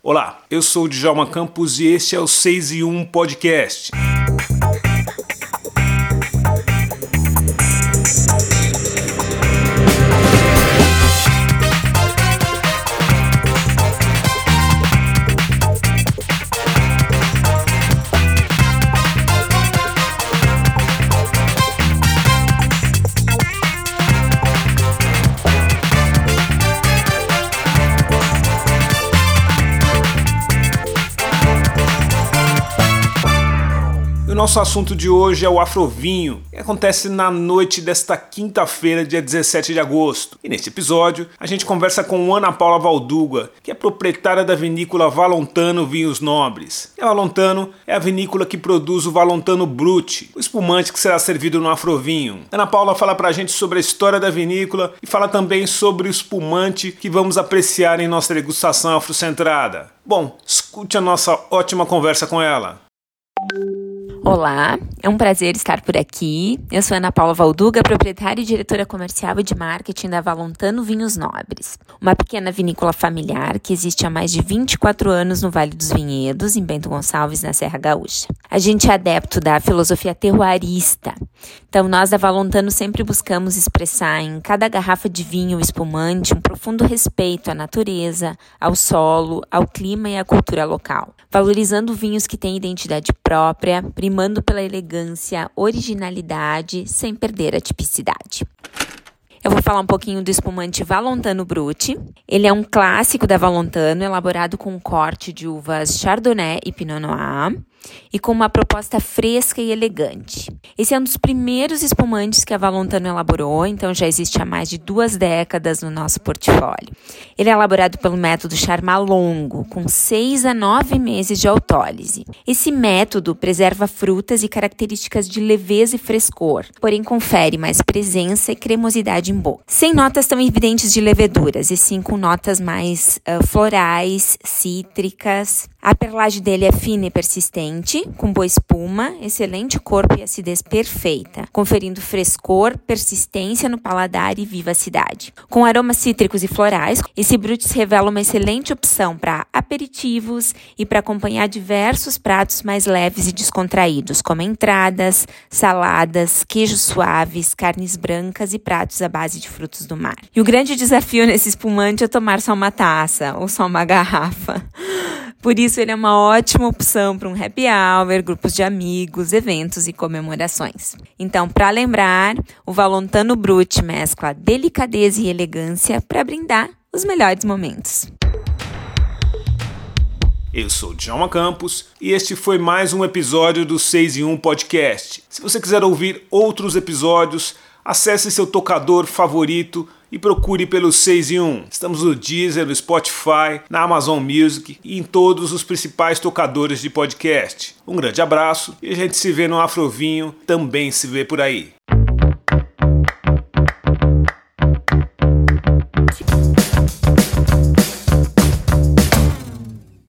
Olá, eu sou o Djalma Campos e este é o 6 em 1 Podcast. O nosso assunto de hoje é o Afrovinho, que acontece na noite desta quinta-feira, dia 17 de agosto. E neste episódio, a gente conversa com Ana Paula Valduga, que é proprietária da vinícola Valontano Vinhos Nobres. E a Valontano é a vinícola que produz o Valontano Brut, o espumante que será servido no Afrovinho. Ana Paula fala pra gente sobre a história da vinícola e fala também sobre o espumante que vamos apreciar em nossa degustação afrocentrada. Bom, escute a nossa ótima conversa com ela. Olá, é um prazer estar por aqui. Eu sou Ana Paula Valduga, proprietária e diretora comercial e de marketing da Valontano Vinhos Nobres, uma pequena vinícola familiar que existe há mais de 24 anos no Vale dos Vinhedos, em Bento Gonçalves, na Serra Gaúcha. A gente é adepto da filosofia terroirista, então nós da Valontano sempre buscamos expressar em cada garrafa de vinho ou espumante um profundo respeito à natureza, ao solo, ao clima e à cultura local, valorizando vinhos que têm identidade própria, primando pela elegância, originalidade, sem perder a tipicidade. Eu vou falar um pouquinho do espumante Valontano Brut. Ele é um clássico da Valontano, elaborado com um corte de uvas Chardonnay e Pinot Noir, e com uma proposta fresca e elegante. Esse é um dos primeiros espumantes que a Valontano elaborou, então já existe há mais de 2 décadas no nosso portfólio. Ele é elaborado pelo método Charmalongo, com 6 a 9 meses de autólise. Esse método preserva frutas e características de leveza e frescor, porém confere mais presença e cremosidade em boca. Sem notas tão evidentes de leveduras, e sim com notas mais florais, cítricas. A perlagem dele é fina e persistente, com boa espuma, excelente corpo e acidez perfeita, conferindo frescor, persistência no paladar e vivacidade. Com aromas cítricos e florais, esse Brut se revela uma excelente opção para aperitivos e para acompanhar diversos pratos mais leves e descontraídos, como entradas, saladas, queijos suaves, carnes brancas e pratos à base de frutos do mar. E o grande desafio nesse espumante é tomar só uma taça ou só uma garrafa. Por isso, ele é uma ótima opção para um happy hour, grupos de amigos, eventos e comemorações. Então, para lembrar, o Valontano Brut mescla delicadeza e elegância para brindar os melhores momentos. Eu sou o Djalma Campos e este foi mais um episódio do 6 em 1 Podcast. Se você quiser ouvir outros episódios, acesse seu tocador favorito e procure pelo 6 em 1. Estamos no Deezer, no Spotify, na Amazon Music e em todos os principais tocadores de podcast. Um grande abraço e a gente se vê no Afrovinho, também se vê por aí.